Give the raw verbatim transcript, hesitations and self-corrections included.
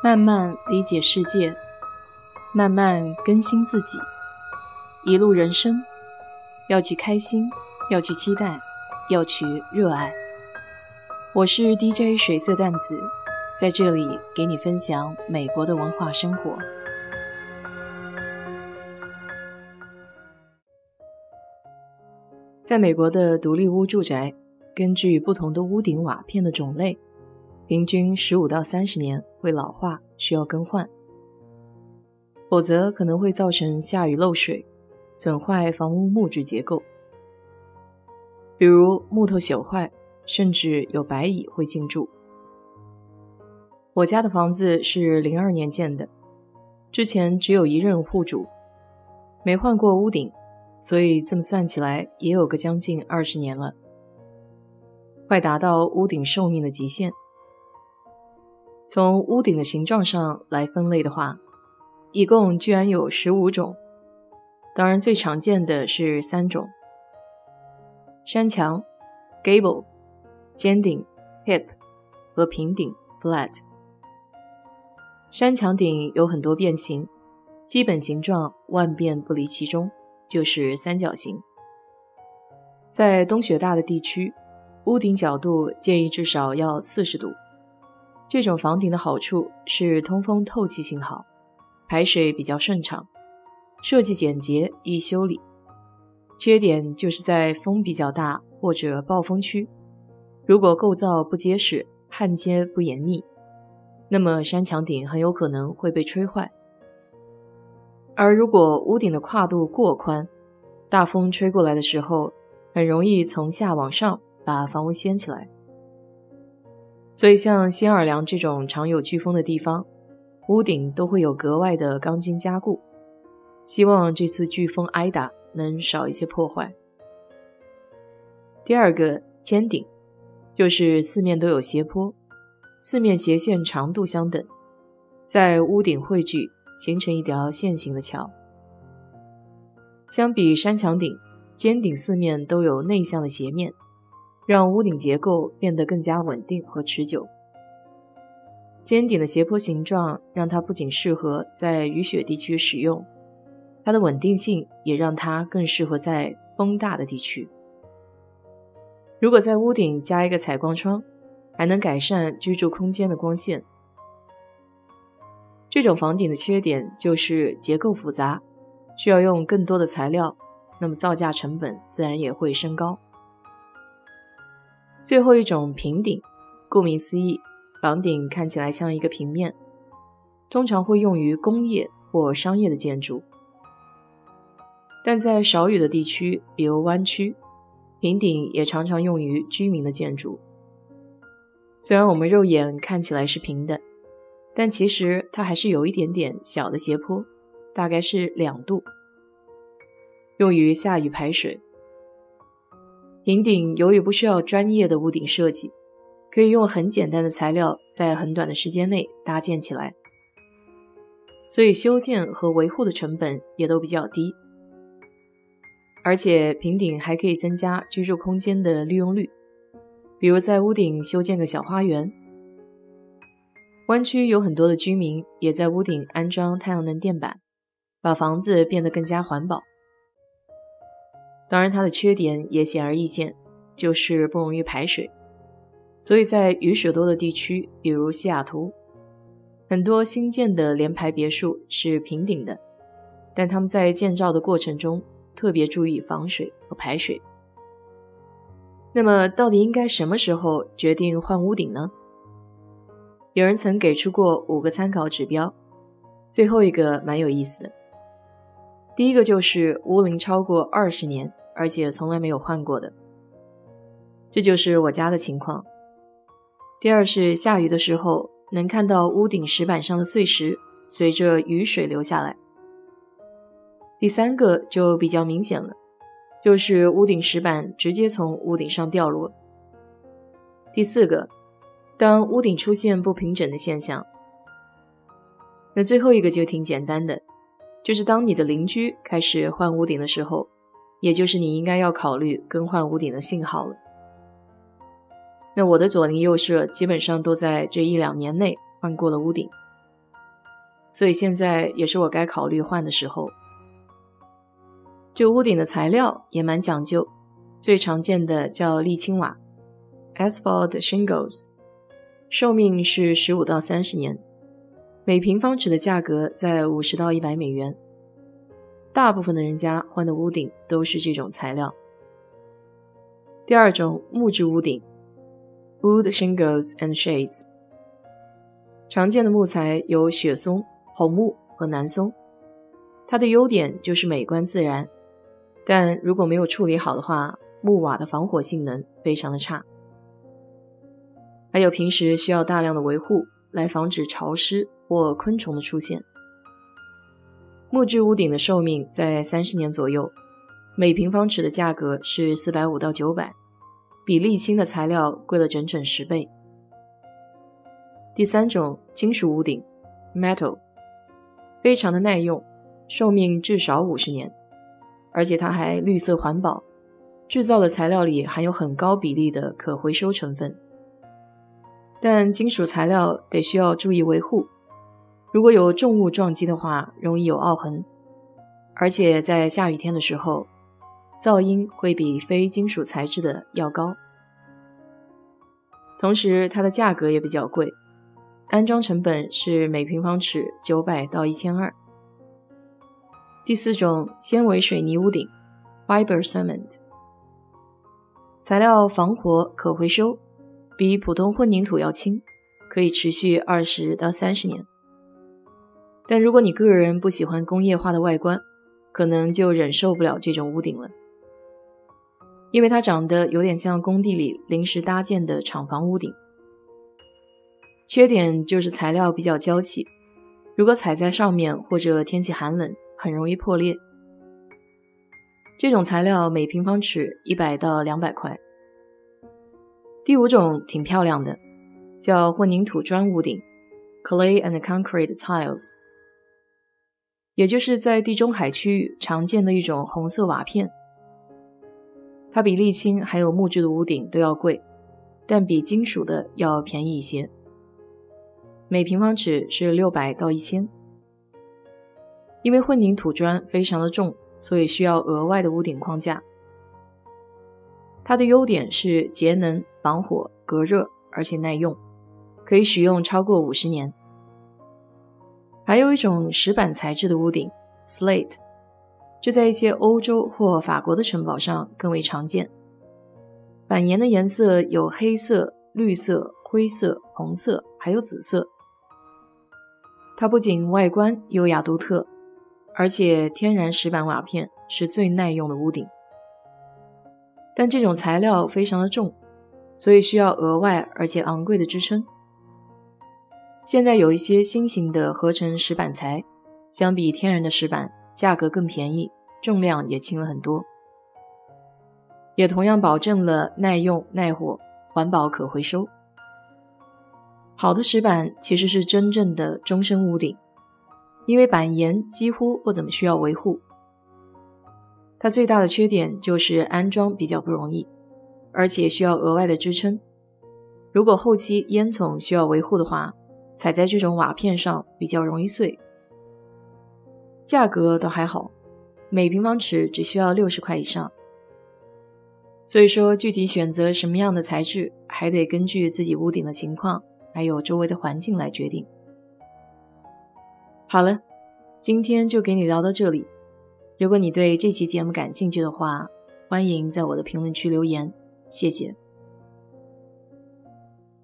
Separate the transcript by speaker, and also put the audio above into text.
Speaker 1: 慢慢理解世界，慢慢更新自己。一路人生，要去开心，要去期待，要去热爱。我是 D J 水色淡子，在这里给你分享美国的文化生活。在美国的独立屋住宅，根据不同的屋顶瓦片的种类，平均十五到三十年会老化，需要更换，否则可能会造成下雨漏水，损坏房屋木质结构，比如木头朽坏，甚至有白蚁会进驻。我家的房子是零二年建的，之前只有一任户主，没换过屋顶，所以这么算起来也有个将近二十年了，快达到屋顶寿命的极限。从屋顶的形状上来分类的话，一共居然有十五种，当然最常见的是三种：山墙 gable、 尖顶 hip 和平顶 flat。 山墙顶有很多变形，基本形状万变不离其中，就是三角形。在冬雪大的地区，屋顶角度建议至少要四十度。这种房顶的好处是通风透气性好，排水比较顺畅，设计简洁易修理。缺点就是在风比较大或者暴风区，如果构造不结实，焊接不严密，那么山墙顶很有可能会被吹坏。而如果屋顶的跨度过宽，大风吹过来的时候，很容易从下往上把房屋掀起来。所以像新奥尔良这种常有飓风的地方，屋顶都会有格外的钢筋加固，希望这次飓风挨打能少一些破坏。第二个，尖顶，就是四面都有斜坡，四面斜线长度相等，在屋顶汇聚，形成一条线形的桥。相比山墙顶，尖顶四面都有内向的斜面，让屋顶结构变得更加稳定和持久。尖顶的斜坡形状让它不仅适合在雨雪地区使用，它的稳定性也让它更适合在风大的地区。如果在屋顶加一个采光窗，还能改善居住空间的光线。这种房顶的缺点就是结构复杂，需要用更多的材料，那么造价成本自然也会升高。最后一种，平顶，顾名思义，房顶看起来像一个平面，通常会用于工业或商业的建筑。但在少雨的地区，比如湾区，平顶也常常用于居民的建筑。虽然我们肉眼看起来是平的，但其实它还是有一点点小的斜坡，大概是两度，用于下雨排水。平顶由于不需要专业的屋顶设计，可以用很简单的材料在很短的时间内搭建起来，所以修建和维护的成本也都比较低。而且平顶还可以增加居住空间的利用率，比如在屋顶修建个小花园。湾区有很多的居民也在屋顶安装太阳能电板，把房子变得更加环保。当然它的缺点也显而易见，就是不容易排水。所以在雨水多的地区，比如西雅图，很多新建的联排别墅是平顶的，但他们在建造的过程中特别注意防水和排水。那么到底应该什么时候决定换屋顶呢？有人曾给出过五个参考指标，最后一个蛮有意思的。第一个就是屋龄超过二十年，而且从来没有换过的，这就是我家的情况。第二是下雨的时候能看到屋顶石板上的碎石随着雨水流下来。第三个就比较明显了，就是屋顶石板直接从屋顶上掉落。第四个，当屋顶出现不平整的现象。那最后一个就挺简单的，就是当你的邻居开始换屋顶的时候，也就是你应该要考虑更换屋顶的信号了。那我的左邻右舍基本上都在这一两年内换过了屋顶， 所以现在也是我该考虑换的时候。这屋顶的材料也蛮讲究，最常见的叫沥青瓦 Asphalt Shingles， 寿命是十五到三十年，每平方尺的价格在五十到一百美元。大部分的人家换的屋顶都是这种材料。第二种，木质屋顶 Wood Shingles and Shades， 常见的木材有雪松、红木和南松。它的优点就是美观自然，但如果没有处理好的话，木瓦的防火性能非常的差。还有平时需要大量的维护，来防止潮湿或昆虫的出现。木质屋顶的寿命在三十年左右，每平方尺的价格是四百五到九百，比沥青的材料贵了整整十倍。第三种，金属屋顶 Metal， 非常的耐用，寿命至少五十年，而且它还绿色环保，制造的材料里含有很高比例的可回收成分。但金属材料得需要注意维护，如果有重物撞击的话，容易有凹痕，而且在下雨天的时候，噪音会比非金属材质的要高。同时它的价格也比较贵，安装成本是每平方尺九百到一千二百。第四种，纤维水泥屋顶 Fiber Cement， 材料防火可回收，比普通混凝土要轻，可以持续二十到三十年。但如果你个人不喜欢工业化的外观，可能就忍受不了这种屋顶了，因为它长得有点像工地里临时搭建的厂房屋顶。缺点就是材料比较娇气，如果踩在上面或者天气寒冷，很容易破裂。这种材料每平方尺一百到两百块。第五种挺漂亮的，叫混凝土砖屋顶 Clay and Concrete Tiles， 也就是在地中海区域常见的一种红色瓦片。它比沥青还有木质的屋顶都要贵，但比金属的要便宜一些，每平方尺是六百到一千。因为混凝土砖非常的重，所以需要额外的屋顶框架。它的优点是节能、防火、隔热，而且耐用，可以使用超过五十年。还有一种石板材质的屋顶 Slate， 这在一些欧洲或法国的城堡上更为常见。板岩的颜色有黑色、绿色、灰色、红色，还有紫色。它不仅外观优雅独特，而且天然石板瓦片是最耐用的屋顶。但这种材料非常的重，所以需要额外而且昂贵的支撑。现在有一些新型的合成石板材，相比天然的石板价格更便宜，重量也轻了很多，也同样保证了耐用、耐火、环保可回收。好的石板其实是真正的终身屋顶，因为板岩几乎不怎么需要维护。它最大的缺点就是安装比较不容易，而且需要额外的支撑。如果后期烟囱需要维护的话，踩在这种瓦片上比较容易碎。价格倒还好，每平方尺只需要六十块以上。所以说具体选择什么样的材质，还得根据自己屋顶的情况，还有周围的环境来决定。好了，今天就给你聊到这里。如果你对这期节目感兴趣的话，欢迎在我的评论区留言，谢谢。